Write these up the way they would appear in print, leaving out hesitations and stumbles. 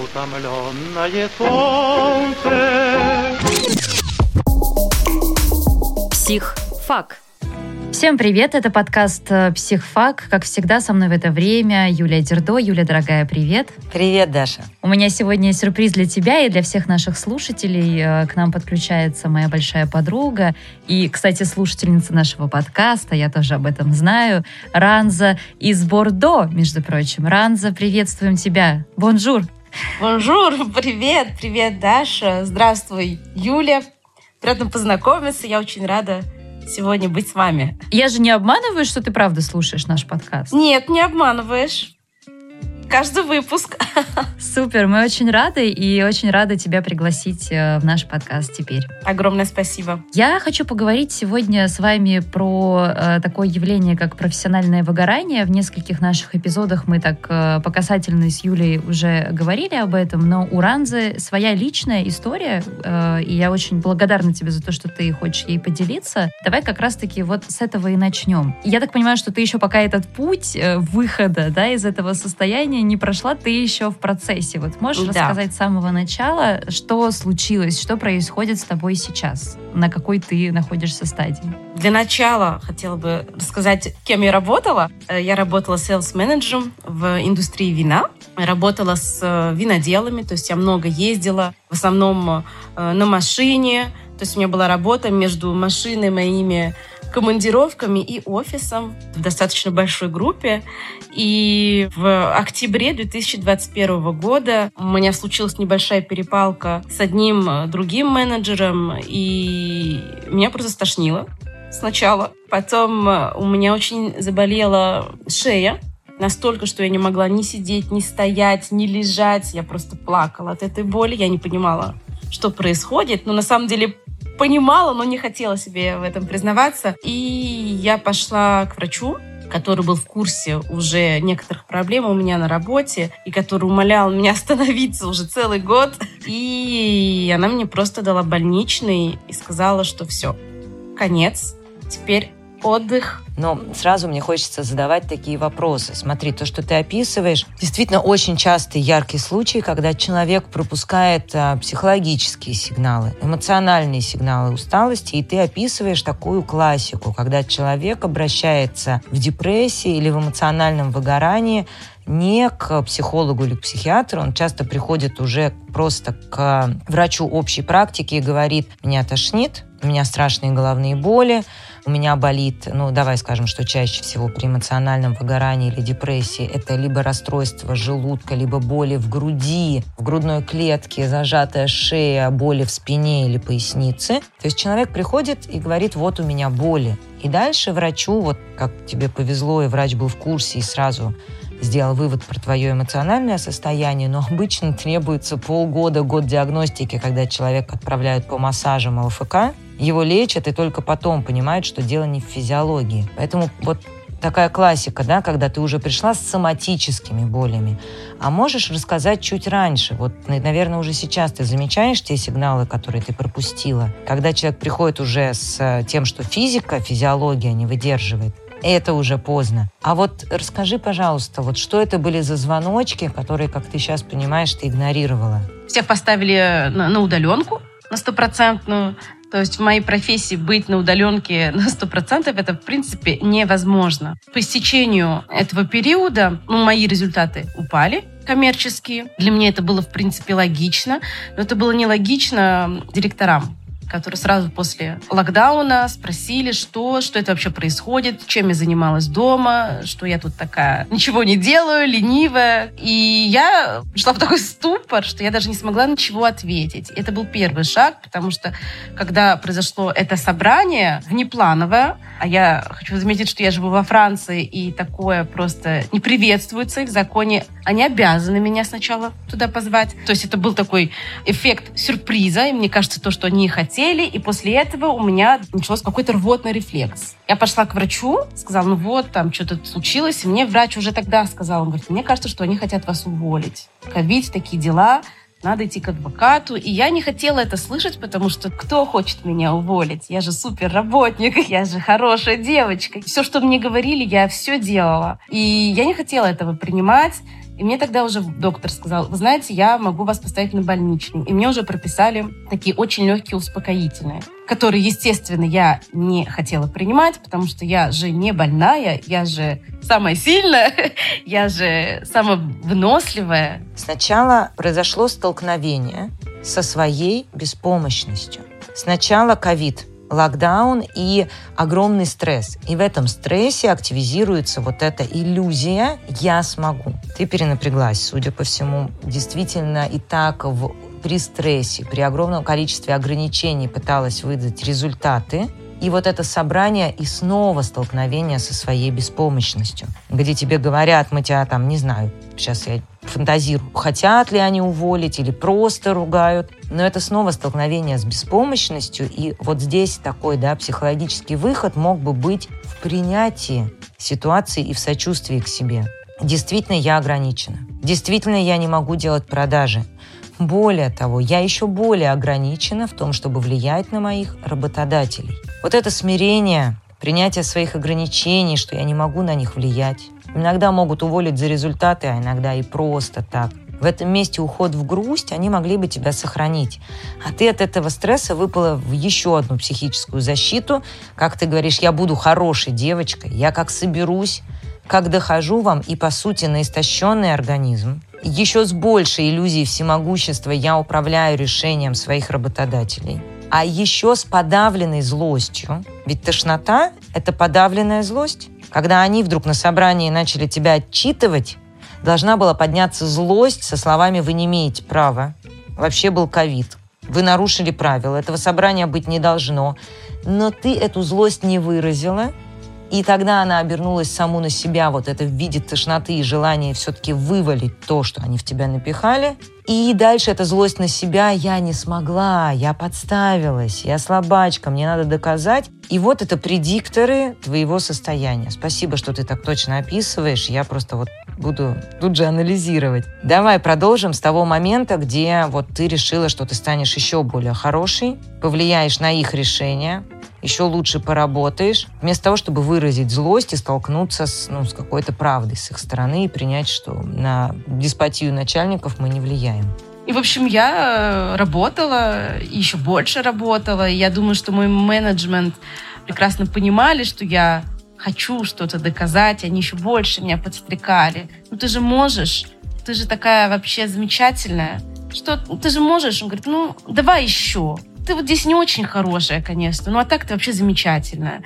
утомленное солнце. Психфак. Всем привет, это подкаст «Психфак». Как всегда, со мной в это время Юлия Дердо. Юля, дорогая, привет. Привет, Даша. У меня сегодня сюрприз для тебя и для всех наших слушателей. К нам подключается моя большая подруга и, кстати, слушательница нашего подкаста, я тоже об этом знаю, Ранза из Бордо, между прочим. Ранза, приветствуем тебя. Бонжур. Бонжур, привет, Даша. Здравствуй, Юля. Приятно познакомиться, я очень рада сегодня быть с вами. Я же не обманываю, что ты правда слушаешь наш подкаст? Нет, не обманываешь. Каждый выпуск. Супер, мы очень рады и очень рады тебя пригласить в наш подкаст теперь. Огромное спасибо. Я хочу поговорить сегодня с вами про такое явление, как профессиональное выгорание. В нескольких наших эпизодах мы так по касательной с Юлей уже говорили об этом, но у Ранзы своя личная история, и я очень благодарна тебе за то, что ты хочешь ей поделиться. Давай как раз-таки вот с этого и начнем. Я так понимаю, что ты еще пока этот путь выхода, да, из этого состояния не прошла, ты еще в процессе. Вот можешь рассказать с самого начала, что случилось, что происходит с тобой сейчас, на какой ты находишься стадии? Для начала хотела бы рассказать, кем я работала. Я работала селс-менеджером в индустрии вина. Работала с виноделами, то есть я много ездила, в основном на машине. То есть у меня была работа между машиной, моими командировками и офисом в достаточно большой группе. И в октябре 2021 года у меня случилась небольшая перепалка с одним другим менеджером, и меня просто стошнило сначала. Потом у меня очень заболела шея, настолько, что я не могла ни сидеть, ни стоять, ни лежать. Я просто плакала от этой боли. Я не понимала, что происходит. Но на самом деле понимала, но не хотела себе в этом признаваться. И я пошла к врачу, который был в курсе уже некоторых проблем у меня на работе, и который умолял меня остановиться уже целый год. И она мне просто дала больничный и сказала, что все, конец, теперь отдых. Но сразу мне хочется задавать такие вопросы. Смотри, то, что ты описываешь, действительно очень частый яркий случай, когда человек пропускает психологические сигналы, эмоциональные сигналы усталости, и ты описываешь такую классику, когда человек обращается в депрессии или в эмоциональном выгорании не к психологу или к психиатру, он часто приходит уже просто к врачу общей практики и говорит: меня тошнит, у меня страшные головные боли, у меня болит, давай скажем, что чаще всего при эмоциональном выгорании или депрессии это либо расстройство желудка, либо боли в груди, в грудной клетке, зажатая шея, боли в спине или пояснице. То есть человек приходит и говорит: вот у меня боли. И дальше врачу, вот как тебе повезло, и врач был в курсе и сразу сделал вывод про твое эмоциональное состояние, но обычно требуется полгода, год диагностики, когда человека отправляют по массажам ЛФК, его лечат, и только потом понимают, что дело не в физиологии. Поэтому вот такая классика, да, когда ты уже пришла с соматическими болями. А можешь рассказать чуть раньше? Вот, наверное, уже сейчас ты замечаешь те сигналы, которые ты пропустила, когда человек приходит уже с тем, что физиология не выдерживает. Это уже поздно. А вот расскажи, пожалуйста, вот что это были за звоночки, которые, как ты сейчас понимаешь, ты игнорировала? Всех поставили на удаленку, на 100%. То есть в моей профессии быть на удаленке на 100% это, в принципе, невозможно. По истечению этого периода мои результаты упали коммерческие. Для меня это было, в принципе, логично. Но это было нелогично директорам, которые сразу после локдауна спросили, что это вообще происходит, чем я занималась дома, что я тут такая ничего не делаю, ленивая. И я пришла в такой ступор, что я даже не смогла ничего ответить. Это был первый шаг, потому что когда произошло это собрание внеплановое, а я хочу заметить, что я живу во Франции, и такое просто не приветствуется, и в законе они обязаны меня сначала туда позвать. То есть это был такой эффект сюрприза, и мне кажется, то, что они хотели, и после этого у меня начался какой-то рвотный рефлекс. Я пошла к врачу, сказала, там что-то случилось, и мне врач уже тогда сказал, он говорит: мне кажется, что они хотят вас уволить. Ковид, такие дела, надо идти к адвокату. И я не хотела это слышать, потому что кто хочет меня уволить? Я же суперработник, я же хорошая девочка. Все, что мне говорили, я все делала. И я не хотела этого принимать. И мне тогда уже доктор сказал: вы знаете, я могу вас поставить на больничный. И мне уже прописали такие очень легкие успокоительные, которые, естественно, я не хотела принимать, потому что я же не больная, я же самая сильная, я же самая выносливая. Сначала произошло столкновение со своей беспомощностью. Сначала ковид, локдаун и огромный стресс. И в этом стрессе активизируется вот эта иллюзия «я смогу». Ты перенапряглась, судя по всему. Действительно, и так при стрессе, при огромном количестве ограничений пыталась выдать результаты. И вот это собрание и снова столкновение со своей беспомощностью, где тебе говорят: мы тебя там, не знаю, сейчас я фантазирую, хотят ли они уволить или просто ругают. Но это снова столкновение с беспомощностью. И вот здесь такой, психологический выход мог бы быть в принятии ситуации и в сочувствии к себе. Действительно, я ограничена. Действительно, я не могу делать продажи. Более того, я еще более ограничена в том, чтобы влиять на моих работодателей. Вот это смирение, принятие своих ограничений, что я не могу на них влиять. Иногда могут уволить за результаты, а иногда и просто так. В этом месте уход в грусть, они могли бы тебя сохранить. А ты от этого стресса выпала в еще одну психическую защиту. Как ты говоришь, я буду хорошей девочкой, я как соберусь, как дохожу вам, и, по сути, на истощенный организм. Еще с большей иллюзией всемогущества я управляю решением своих работодателей. А еще с подавленной злостью. Ведь тошнота – это подавленная злость. Когда они вдруг на собрании начали тебя отчитывать, должна была подняться злость со словами: «Вы не имеете права. Вообще был ковид. Вы нарушили правила. Этого собрания быть не должно». Но ты эту злость не выразила. И тогда она обернулась саму на себя, вот это в виде тошноты и желания все-таки вывалить то, что они в тебя напихали. И дальше эта злость на себя: я не смогла, я подставилась, я слабачка, мне надо доказать. И вот это предикторы твоего состояния. Спасибо, что ты так точно описываешь, я просто вот буду тут же анализировать. Давай продолжим с того момента, где вот ты решила, что ты станешь еще более хорошей, повлияешь на их решения, еще лучше поработаешь, вместо того, чтобы выразить злость и столкнуться с какой-то правдой с их стороны и принять, что на деспотию начальников мы не влияем. И, в общем, я работала, еще больше работала. И я думаю, что мой менеджмент прекрасно понимали, что я хочу что-то доказать. Они еще больше меня подстрекали. Ты же можешь, ты же такая вообще замечательная. Что ты же можешь? Он говорит: давай еще. Ты вот здесь не очень хорошая, конечно, а так ты вообще замечательная.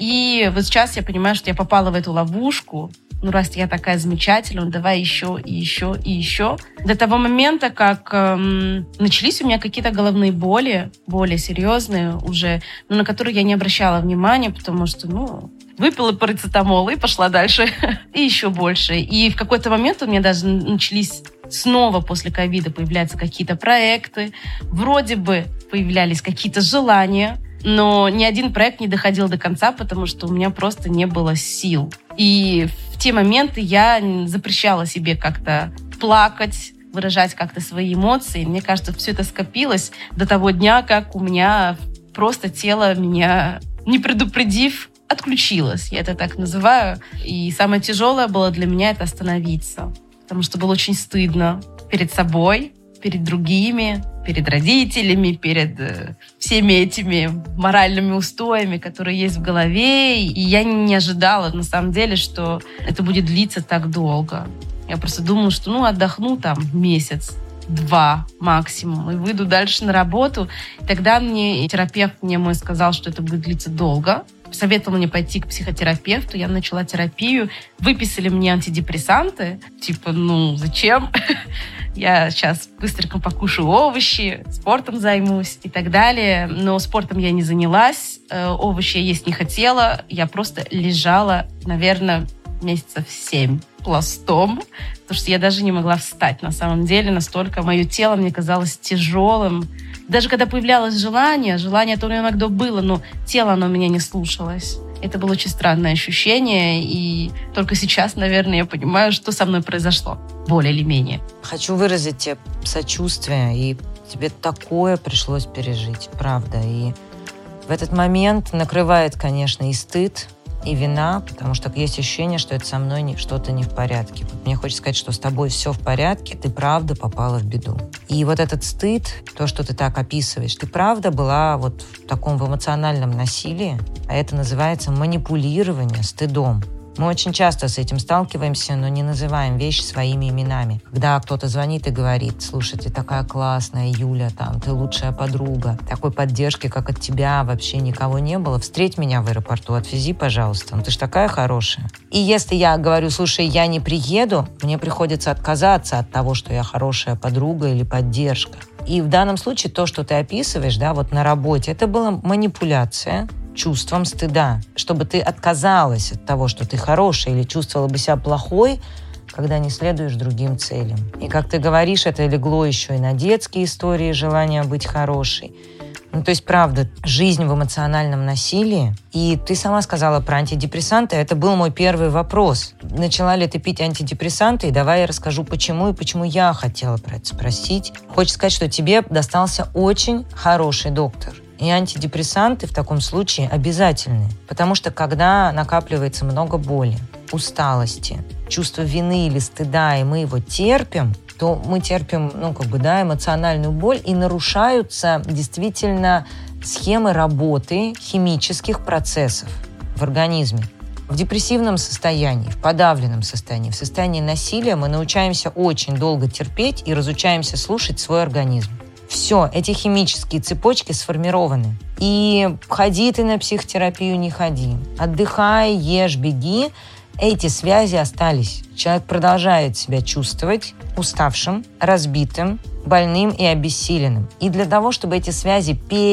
И вот сейчас я понимаю, что я попала в эту ловушку. Раз я такая замечательная, давай еще и еще и еще. До того момента, как начались у меня какие-то головные боли, более серьезные уже, на которые я не обращала внимания, потому что, выпила парацетамол и пошла дальше. И еще больше. И в какой-то момент у меня даже начались снова после ковида появляются какие-то проекты. Вроде бы появлялись какие-то желания, но ни один проект не доходил до конца, потому что у меня просто не было сил. И в те моменты я запрещала себе как-то плакать, выражать как-то свои эмоции. Мне кажется, все это скопилось до того дня, как у меня просто тело меня, не предупредив, отключилось. Я это так называю. И самое тяжелое было для меня — это остановиться. Потому что было очень стыдно перед собой, перед другими, перед родителями, перед всеми этими моральными устоями, которые есть в голове. И я не ожидала, на самом деле, что это будет длиться так долго. Я просто думала, что отдохну там месяц-два максимум и выйду дальше на работу. И тогда терапевт мой сказал, что это будет длиться долго. Советовал мне пойти к психотерапевту. Я начала терапию. Выписали мне антидепрессанты. Зачем? Я сейчас быстренько покушаю овощи, спортом займусь и так далее. Но спортом я не занялась. Овощи я есть не хотела. Я просто лежала, наверное, месяцев 7 пластом. Потому что я даже не могла встать. На самом деле настолько мое тело мне казалось тяжелым. Даже когда появлялось желание то иногда было, но тело оно меня не слушалось. Это было очень странное ощущение, и только сейчас, наверное, я понимаю, что со мной произошло, более или менее. Хочу выразить тебе сочувствие, и тебе такое пришлось пережить, правда. И в этот момент накрывает, конечно, и стыд, и вина, потому что есть ощущение, что это со мной что-то не в порядке. Мне хочется сказать, что с тобой все в порядке, ты правда попала в беду. И вот этот стыд, то, что ты так описываешь, ты правда была вот в таком эмоциональном насилии, а это называется манипулирование стыдом. Мы очень часто с этим сталкиваемся, но не называем вещи своими именами. Когда кто-то звонит и говорит: слушай, ты такая классная, Юля, ты лучшая подруга, такой поддержки, как от тебя, вообще никого не было. Встреть меня в аэропорту, отвези, пожалуйста. Ты ж такая хорошая. И если я говорю: слушай, я не приеду, мне приходится отказаться от того, что я хорошая подруга или поддержка. И в данном случае то, что ты описываешь, вот на работе, это была манипуляция чувством стыда, чтобы ты отказалась от того, что ты хорошая, или чувствовала бы себя плохой, когда не следуешь другим целям. И, как ты говоришь, это легло еще и на детские истории, желание быть хорошей. То есть, правда, жизнь в эмоциональном насилии. И ты сама сказала про антидепрессанты. Это был мой первый вопрос. Начала ли ты пить антидепрессанты? И давай я расскажу, почему и почему я хотела про это спросить. Хочется сказать, что тебе достался очень хороший доктор. И антидепрессанты в таком случае обязательны. Потому что когда накапливается много боли, усталости, чувства вины или стыда, и мы его терпим, то мы терпим, эмоциональную боль, и нарушаются действительно схемы работы химических процессов в организме. В депрессивном состоянии, в подавленном состоянии, в состоянии насилия мы научаемся очень долго терпеть и разучаемся слушать свой организм. Все, эти химические цепочки сформированы. И ходи ты на психотерапию, не ходи. Отдыхай, ешь, беги. Эти связи остались. Человек продолжает себя чувствовать уставшим, разбитым, больным и обессиленным. И для того, чтобы эти связи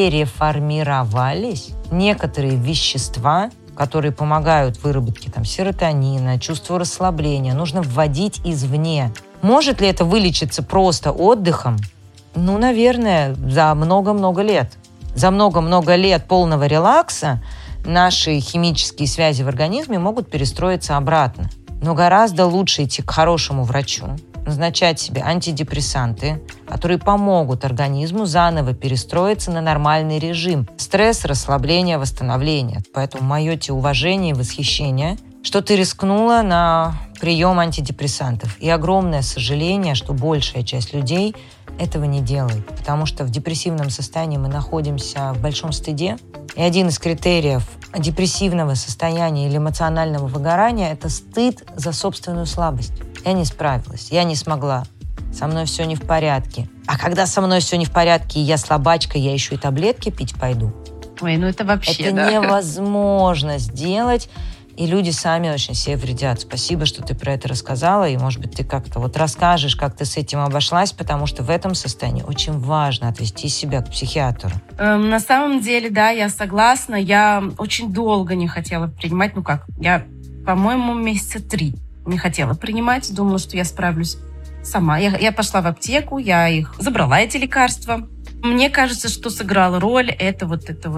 переформировались, некоторые вещества, которые помогают выработке серотонина, чувству расслабления, нужно вводить извне. Может ли это вылечиться просто отдыхом? Наверное, за много-много лет. За много-много лет полного релакса наши химические связи в организме могут перестроиться обратно. Но гораздо лучше идти к хорошему врачу, назначать себе антидепрессанты, которые помогут организму заново перестроиться на нормальный режим. Стресс, расслабление, восстановление. Поэтому мое тебе уважение и восхищение, что ты рискнула на прием антидепрессантов. И огромное сожаление, что большая часть людей этого не делает. Потому что в депрессивном состоянии мы находимся в большом стыде. И один из критериев депрессивного состояния или эмоционального выгорания – это стыд за собственную слабость. Я не справилась, я не смогла, со мной все не в порядке. А когда со мной все не в порядке, и я слабачка, я еще и таблетки пить пойду. Ой, это вообще, это невозможно сделать. И люди сами очень себе вредят. Спасибо, что ты про это рассказала. И, может быть, ты как-то расскажешь, как ты с этим обошлась, потому что в этом состоянии очень важно отвести себя к психиатру. На самом деле, да, я согласна. Я очень долго не хотела принимать. Я, по-моему, месяца 3 не хотела принимать. Думала, что я справлюсь сама. Я пошла в аптеку, я их забрала, эти лекарства. Мне кажется, что сыграла роль это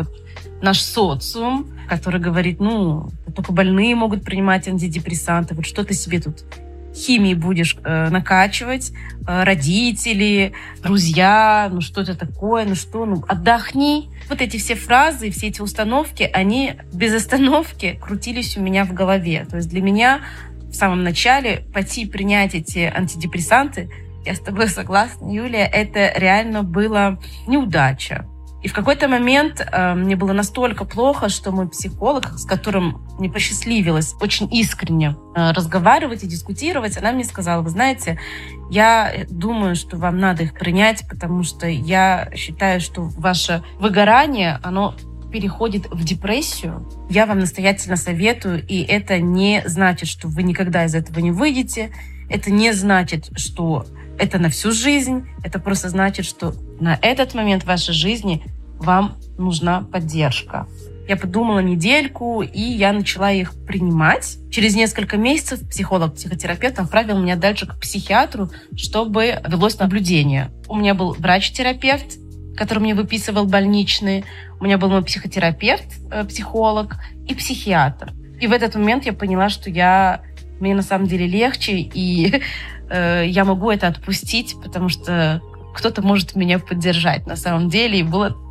наш социум, который говорит, только больные могут принимать антидепрессанты. Что ты себе тут химией будешь накачивать? Родители, друзья, что это такое? Отдохни. Эти все фразы, все эти установки, они без остановки крутились у меня в голове. То есть для меня в самом начале пойти принять эти антидепрессанты, я с тобой согласна, Юлия, это реально была неудача. И в какой-то момент мне было настолько плохо, что мой психолог, с которым мне посчастливилось очень искренне разговаривать и дискутировать, она мне сказала: вы знаете, я думаю, что вам надо их принять, потому что я считаю, что ваше выгорание, оно переходит в депрессию. Я вам настоятельно советую, и это не значит, что вы никогда из этого не выйдете, это не значит, что это на всю жизнь. Это просто значит, что на этот момент в вашей жизни вам нужна поддержка. Я подумала недельку, и я начала их принимать. Через несколько месяцев психолог-психотерапевт отправил меня дальше к психиатру, чтобы велось наблюдение. У меня был врач-терапевт, который мне выписывал больничные. У меня был мой психотерапевт, психолог и психиатр. И в этот момент я поняла, что мне на самом деле легче, и я могу это отпустить, потому что кто-то может меня поддержать на самом деле. И было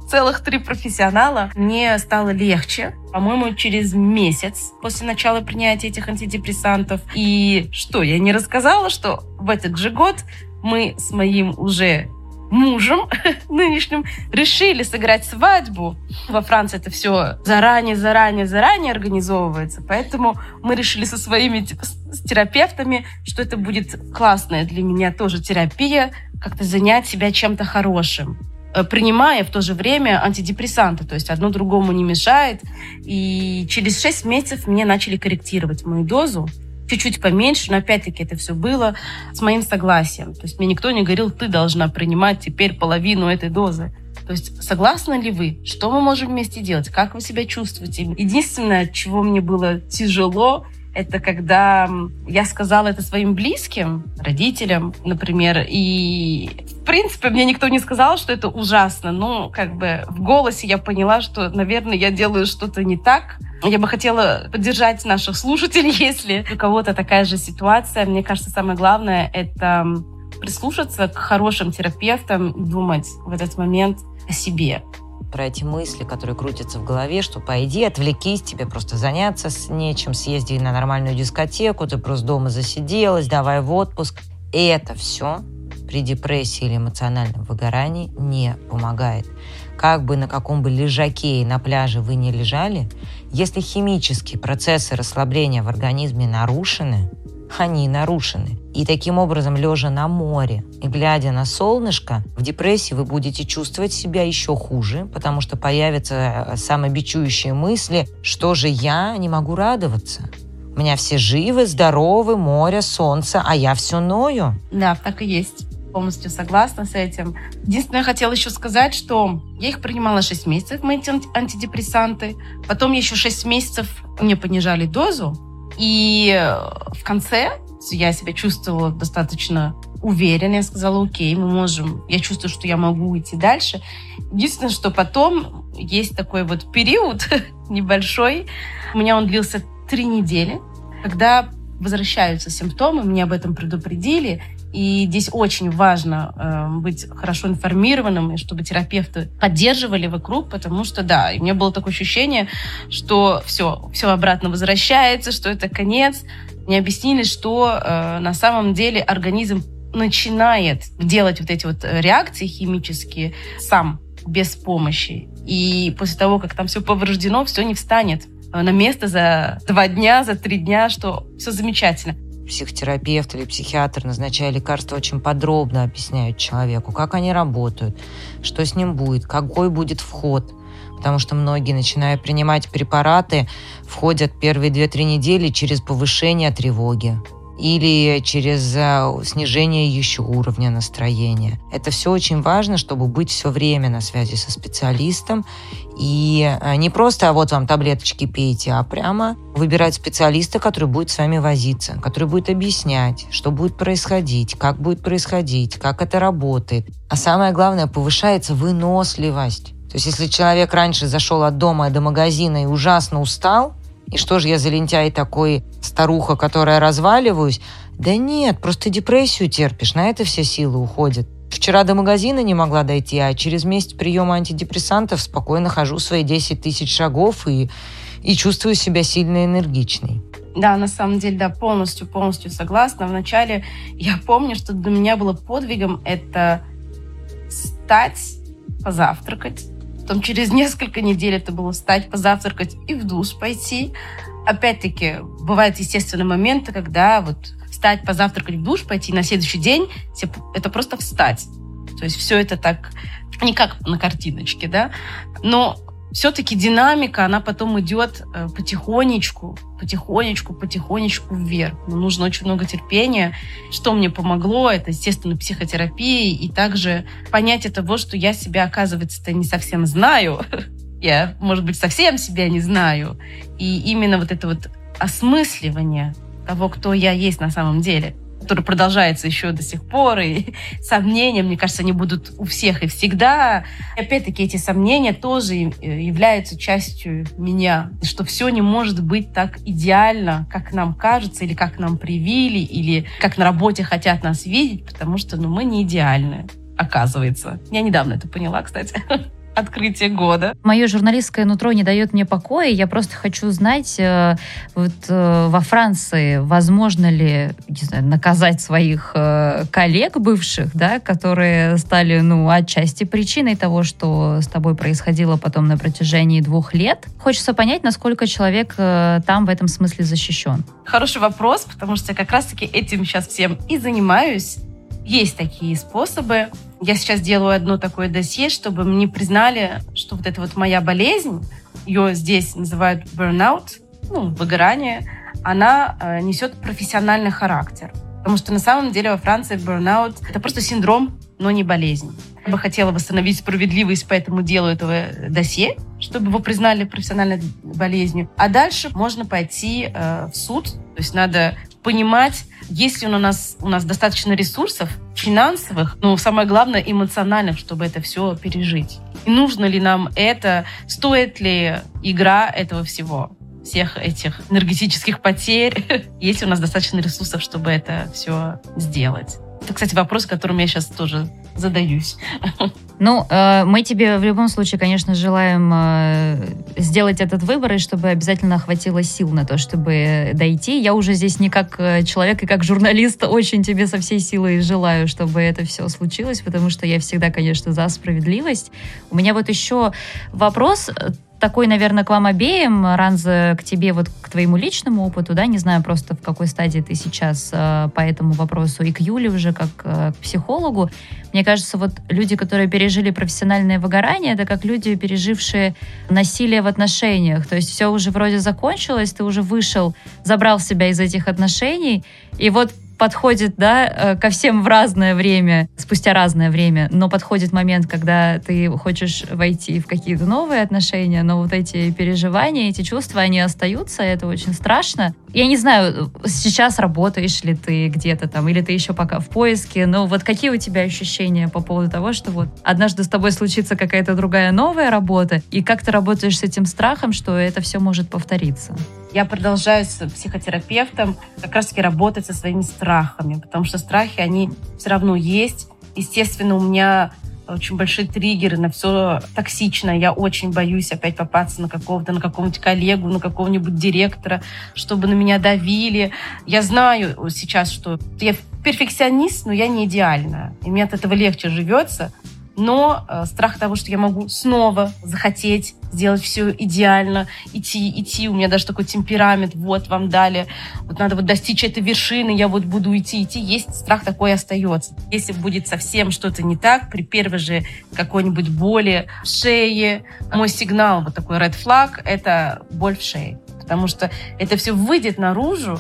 целых 3 профессионала, мне стало легче. По-моему, через месяц после начала принятия этих антидепрессантов. И что, я не рассказала, что в этот же год мы с моим уже мужем нынешним решили сыграть свадьбу. Во Франции это все заранее организовывается. Поэтому мы решили со своими с терапевтами, что это будет классная для меня тоже терапия, как-то занять себя чем-то хорошим, принимая в то же время антидепрессанты. То есть одно другому не мешает. И через 6 месяцев мне начали корректировать мою дозу. Чуть-чуть поменьше, но опять-таки это все было с моим согласием. То есть мне никто не говорил, ты должна принимать теперь половину этой дозы. То есть согласны ли вы? Что мы можем вместе делать? Как вы себя чувствуете? Единственное, от чего мне было тяжело, это когда я сказала это своим близким, родителям, например, и в принципе мне никто не сказал, что это ужасно. Но как бы в голосе я поняла, что, наверное, я делаю что-то не так. Я бы хотела поддержать наших слушателей, если у кого-то такая же ситуация. Мне кажется, самое главное — это прислушаться к хорошим терапевтам и думать в этот момент о себе. Про эти мысли, которые крутятся в голове, что пойди, отвлекись, тебе просто заняться с нечем, съезди на нормальную дискотеку, ты просто дома засиделась, давай в отпуск. И это все при депрессии или эмоциональном выгорании не помогает. Как бы на каком бы лежаке и на пляже вы ни лежали, если химические процессы расслабления в организме нарушены, они нарушены. И таким образом, лежа на море и глядя на солнышко, в депрессии вы будете чувствовать себя еще хуже, потому что появятся самобичующие мысли, что же я не могу радоваться. У меня все живы, здоровы, море, солнце, а я все ною. Да, так и есть. Полностью согласна с этим. Единственное, я хотела еще сказать, что я их принимала 6 месяцев, мои антидепрессанты. Потом еще 6 месяцев мне понижали дозу. И в конце я себя чувствовала достаточно уверенно. Я сказала, окей, мы можем. Я чувствую, что я могу идти дальше. Единственное, что потом есть такой вот период небольшой. У меня он длился 3 недели. Когда возвращаются симптомы, мне об этом предупредили. И здесь очень важно быть хорошо информированным, и чтобы терапевты поддерживали вокруг, потому что, да, и у меня было такое ощущение, что все обратно возвращается, что это конец. Мне объяснили, что на самом деле организм начинает делать вот эти вот реакции химические сам, без помощи. И после того, как там все повреждено, все не встанет на место за 2 дня, за 3 дня, что все замечательно. Психотерапевт или психиатр, назначая лекарства, очень подробно объясняют человеку, как они работают, что с ним будет, какой будет вход. Потому что многие, начиная принимать препараты, входят первые 2-3 недели через повышение тревоги или через снижение еще уровня настроения. Это все очень важно, чтобы быть все время на связи со специалистом. И не просто вот вам таблеточки пейте, а прямо выбирать специалиста, который будет с вами возиться, который будет объяснять, что будет происходить, как это работает. А самое главное, повышается выносливость. То есть если человек раньше зашел от дома до магазина и ужасно устал, и что же я за лентяй такой, старуха, которая разваливаюсь? Да нет, просто депрессию терпишь, на это все силы уходят. Вчера до магазина не могла дойти, а через месяц приема антидепрессантов спокойно хожу свои 10 тысяч шагов и чувствую себя сильно энергичной. Да, на самом деле, да, полностью согласна. Вначале я помню, что для меня было подвигом это встать, позавтракать. Потом через несколько недель это было встать, позавтракать и в душ пойти. Опять-таки, бывают естественные моменты, когда вот встать, позавтракать, в душ пойти, на следующий день это просто встать. То есть все это так, не как на картиночке, да, но все-таки динамика, она потом идет потихонечку вверх. Но нужно очень много терпения. Что мне помогло, это, естественно, психотерапия и также понятие того, что я себя, оказывается-то, не совсем знаю. Я, может быть, совсем себя не знаю. И именно вот это вот осмысливание того, кто я есть на самом деле, который продолжается еще до сих пор, и сомнения, мне кажется, они будут у всех и всегда. И опять-таки эти сомнения тоже являются частью меня, что все не может быть так идеально, как нам кажется, или как нам привили, или как на работе хотят нас видеть, потому что мы не идеальны, оказывается. Я недавно это поняла, кстати. открытие года. Мое журналистское нутро не дает мне покоя. Я просто хочу знать, во Франции возможно ли, не знаю, наказать своих коллег бывших, да, которые стали, отчасти причиной того, что с тобой происходило потом на протяжении 2 лет. Хочется понять, насколько человек там в этом смысле защищен. Хороший вопрос, потому что я как раз-таки этим сейчас всем и занимаюсь. Есть такие способы. Я сейчас делаю одно такое досье, чтобы мне признали, что вот эта вот моя болезнь, ее здесь называют burnout, выгорание, она несет профессиональный характер. Потому что на самом деле во Франции burnout — это просто синдром, но не болезнь. Я бы хотела восстановить справедливость, поэтому делаю этого досье, чтобы его признали профессиональной болезнью. А дальше можно пойти в суд. То есть надо понимать, есть ли у нас достаточно ресурсов финансовых, но самое главное эмоциональных, чтобы это все пережить. И нужно ли нам это, стоит ли игра этого всего, всех этих энергетических потерь, есть ли у нас достаточно ресурсов, чтобы это все сделать. Это, кстати, вопрос, которым я сейчас тоже задаюсь. Мы тебе в любом случае, конечно, желаем сделать этот выбор, и чтобы обязательно хватило сил на то, чтобы дойти. Я уже здесь не как человек и как журналист очень тебе со всей силой желаю, чтобы это все случилось, потому что я всегда, конечно, за справедливость. У меня вот еще вопрос такой, наверное, к вам обеим, Ранза, к тебе, вот к твоему личному опыту, да, не знаю просто, в какой стадии ты сейчас по этому вопросу, и к Юле уже как к психологу. Мне кажется, вот люди, которые пережили профессиональное выгорание, это как люди, пережившие насилие в отношениях. То есть все уже вроде закончилось, ты уже вышел, забрал себя из этих отношений, и вот подходит, да, ко всем в разное время, спустя разное время, но подходит момент, когда ты хочешь войти в какие-то новые отношения, но вот эти переживания, эти чувства, они остаются, и это очень страшно. Я не знаю, сейчас работаешь ли ты где-то там, или ты еще пока в поиске, но вот какие у тебя ощущения по поводу того, что вот однажды с тобой случится какая-то другая новая работа, и как ты работаешь с этим страхом, что это все может повториться? Я продолжаю с психотерапевтом как раз-таки работать со своими страхами, потому что страхи, они все равно есть. Естественно, у меня очень большие триггеры на все токсичное. Я очень боюсь опять попасться на какого-нибудь коллегу, на какого-нибудь директора, чтобы на меня давили. Я знаю сейчас, что я перфекционист, но я не идеальна. И мне от этого легче живется. Но страх того, что я могу снова захотеть сделать все идеально, идти. У меня даже такой темперамент, вот вам дали, вот надо вот достичь этой вершины, я вот буду идти. Есть страх такой остается. Если будет совсем что-то не так, при первой же какой-нибудь боли в шее, мой сигнал, вот такой red flag, это боль в шее. Потому что это все выйдет наружу,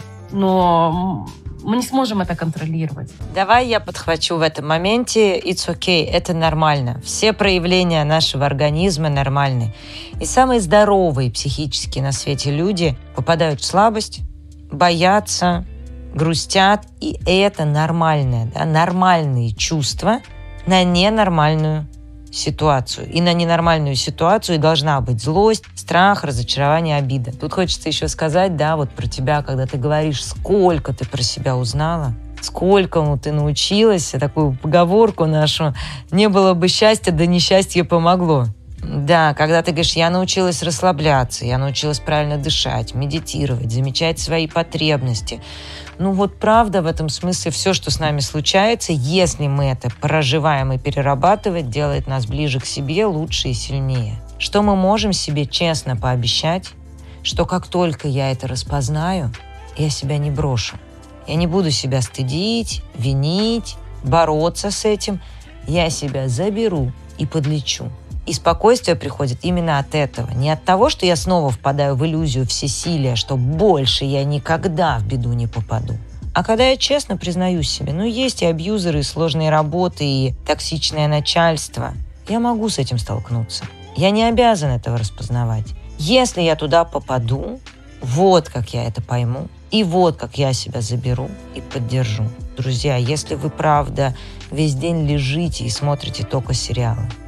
но мы не сможем это контролировать. Давай я подхвачу в этом моменте. It's okay, это нормально. Все проявления нашего организма нормальны. И самые здоровые психически на свете люди попадают в слабость, боятся, грустят. И это нормальное, да, нормальные чувства на ненормальную ситуацию. И на ненормальную ситуацию должна быть злость, страх, разочарование, обида. Тут хочется еще сказать, да, вот про тебя, когда ты говоришь, сколько ты про себя узнала, сколько ты научилась, такую поговорку нашу, не было бы счастья, да несчастье помогло. Да, когда ты говоришь, я научилась расслабляться, я научилась правильно дышать, медитировать, замечать свои потребности. Вот правда, в этом смысле все, что с нами случается, если мы это проживаем и перерабатывать, делает нас ближе к себе, лучше и сильнее. Что мы можем себе честно пообещать, что как только я это распознаю, я себя не брошу. Я не буду себя стыдить, винить, бороться с этим. Я себя заберу и подлечу. И спокойствие приходит именно от этого. Не от того, что я снова впадаю в иллюзию всесилия, что больше я никогда в беду не попаду. А когда я честно признаюсь себе, есть и абьюзеры, и сложные работы, и токсичное начальство, я могу с этим столкнуться. Я не обязан этого распознавать. Если я туда попаду, вот как я это пойму, и вот как я себя заберу и поддержу. Друзья, если вы правда весь день лежите и смотрите только сериалы,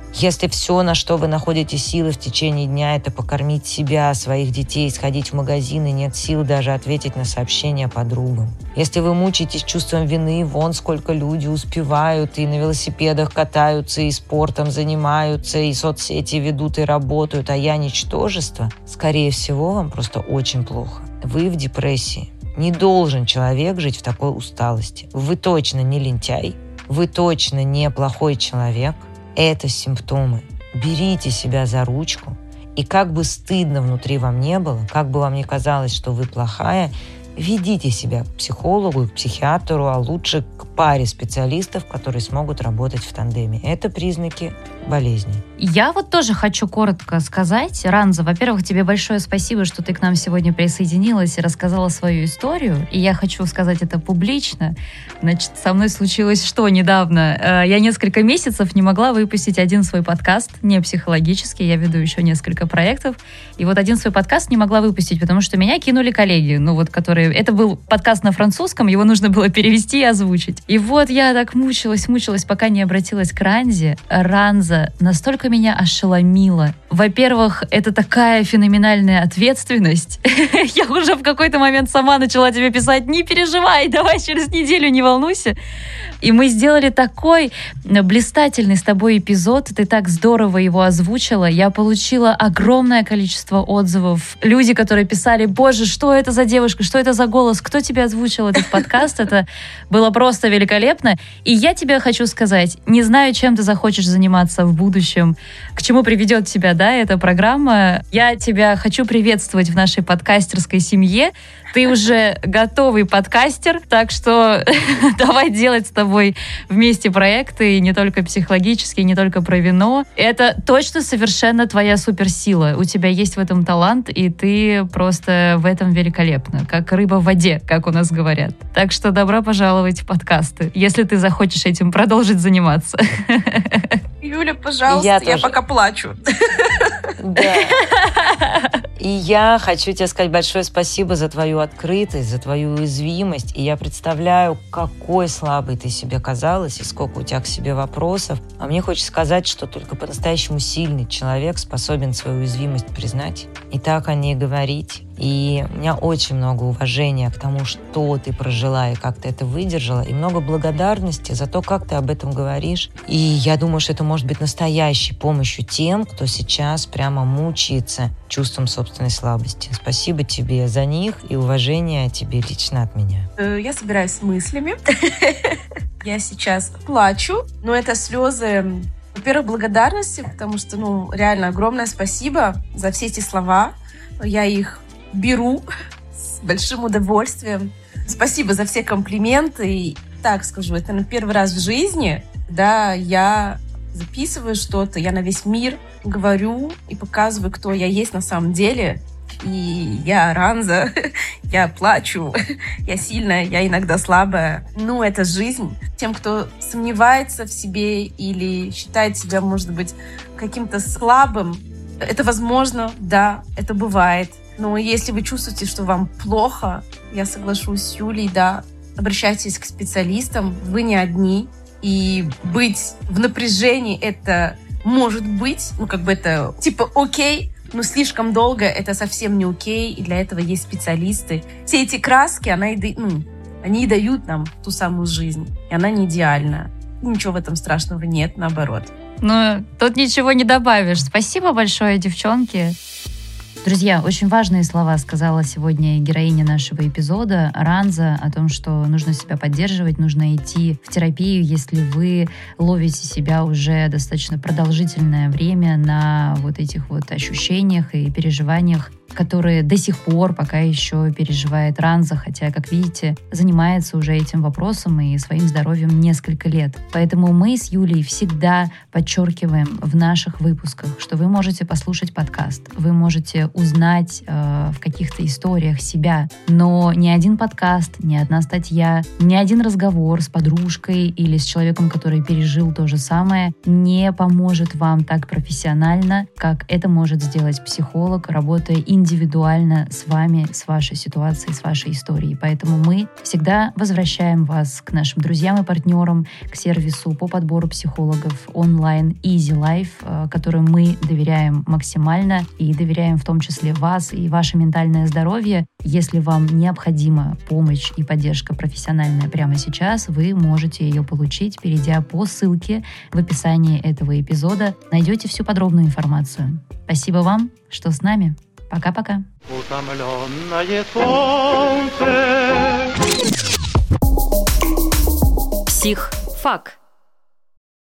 Если все, на что вы находите силы в течение дня, это покормить себя, своих детей, сходить в магазин, и нет сил даже ответить на сообщения подругам. Если вы мучаетесь чувством вины, вон сколько люди успевают, и на велосипедах катаются, и спортом занимаются, и соцсети ведут, и работают, а я ничтожество, скорее всего, вам просто очень плохо. Вы в депрессии. Не должен человек жить в такой усталости. Вы точно не лентяй, вы точно не плохой человек. Это симптомы. Берите себя за ручку, и как бы стыдно внутри вам не было, как бы вам ни казалось, что вы плохая, ведите себя к психологу, к психиатру, а лучше к паре специалистов, которые смогут работать в тандеме. Это признаки болезни. Я вот тоже хочу коротко сказать. Ранза, во-первых, тебе большое спасибо, что ты к нам сегодня присоединилась и рассказала свою историю. И я хочу сказать это публично. Значит, со мной случилось что недавно? Я несколько месяцев не могла выпустить один свой подкаст, не психологический. Я веду еще несколько проектов. И вот один свой подкаст не могла выпустить, потому что меня кинули коллеги, которые... Это был подкаст на французском, его нужно было перевести и озвучить. И вот я так мучилась, пока не обратилась к Ранзе. Ранза настолько меня ошеломила. Во-первых, это такая феноменальная ответственность. Я уже в какой-то момент сама начала тебе писать: не переживай, давай через неделю, не волнуйся. И мы сделали такой блистательный с тобой эпизод. Ты так здорово его озвучила. Я получила огромное количество отзывов. Люди, которые писали: боже, что это за девушка, что это за голос, кто тебе озвучил этот подкаст. Это было просто великолепно. И я тебе хочу сказать, не знаю, чем ты захочешь заниматься в будущем, к чему приведет тебя, эта программа. Я тебя хочу приветствовать в нашей подкастерской семье. Ты уже готовый подкастер, так что давай делать с тобой вместе проекты, и не только психологические, не только про вино. Это точно совершенно твоя суперсила. У тебя есть в этом талант, и ты просто в этом великолепна, как рыба в воде, как у нас говорят. Так что добро пожаловать в подкасты, если ты захочешь этим продолжить заниматься. Юля, пожалуйста, я пока плачу. Да. И я хочу тебе сказать большое спасибо за твою открытость, за твою уязвимость. И я представляю, какой слабой ты себе казалась и сколько у тебя к себе вопросов. А мне хочется сказать, что только по-настоящему сильный человек способен свою уязвимость признать и так о ней говорить. И у меня очень много уважения к тому, что ты прожила и как ты это выдержала, и много благодарности за то, как ты об этом говоришь. И я думаю, что это может быть настоящей помощью тем, кто сейчас прямо мучается чувством собственной слабости. Спасибо тебе за них и уважение тебе лично от меня. Я собираюсь с мыслями. Я сейчас плачу, но это слезы, во-первых, благодарности, потому что, реально огромное спасибо за все эти слова. Я их беру с большим удовольствием. Спасибо за все комплименты. И так скажу, это первый раз в жизни, когда я записываю что-то, я на весь мир говорю и показываю, кто я есть на самом деле. И я Ранза, я плачу, я сильная, я иногда слабая. Это жизнь. Тем, кто сомневается в себе или считает себя, может быть, каким-то слабым, это возможно, да, это бывает. Но если вы чувствуете, что вам плохо, я соглашусь с Юлей, да, обращайтесь к специалистам, вы не одни. И быть в напряжении это может быть, это окей, но слишком долго это совсем не окей, и для этого есть специалисты. Все эти краски, они дают нам ту самую жизнь, и она не идеальна. Ничего в этом страшного нет, наоборот. Тут ничего не добавишь. Спасибо большое, девчонки. Друзья, очень важные слова сказала сегодня героиня нашего эпизода Ранза о том, что нужно себя поддерживать, нужно идти в терапию, если вы ловите себя уже достаточно продолжительное время на этих ощущениях и переживаниях, которые до сих пор пока еще переживает Ранза, хотя, как видите, занимается уже этим вопросом и своим здоровьем несколько лет. Поэтому мы с Юлей всегда подчеркиваем в наших выпусках, что вы можете послушать подкаст, вы можете узнать в каких-то историях себя, но ни один подкаст, ни одна статья, ни один разговор с подружкой или с человеком, который пережил то же самое, не поможет вам так профессионально, как это может сделать психолог, работая индивидуально индивидуально с вами, с вашей ситуацией, с вашей историей. Поэтому мы всегда возвращаем вас к нашим друзьям и партнерам, к сервису по подбору психологов онлайн Easy Life, которым мы доверяем максимально и доверяем в том числе вас и ваше ментальное здоровье. Если вам необходима помощь и поддержка профессиональная прямо сейчас, вы можете ее получить, перейдя по ссылке в описании этого эпизода. Найдете всю подробную информацию. Спасибо вам, что с нами. Пока-пока. Психфак.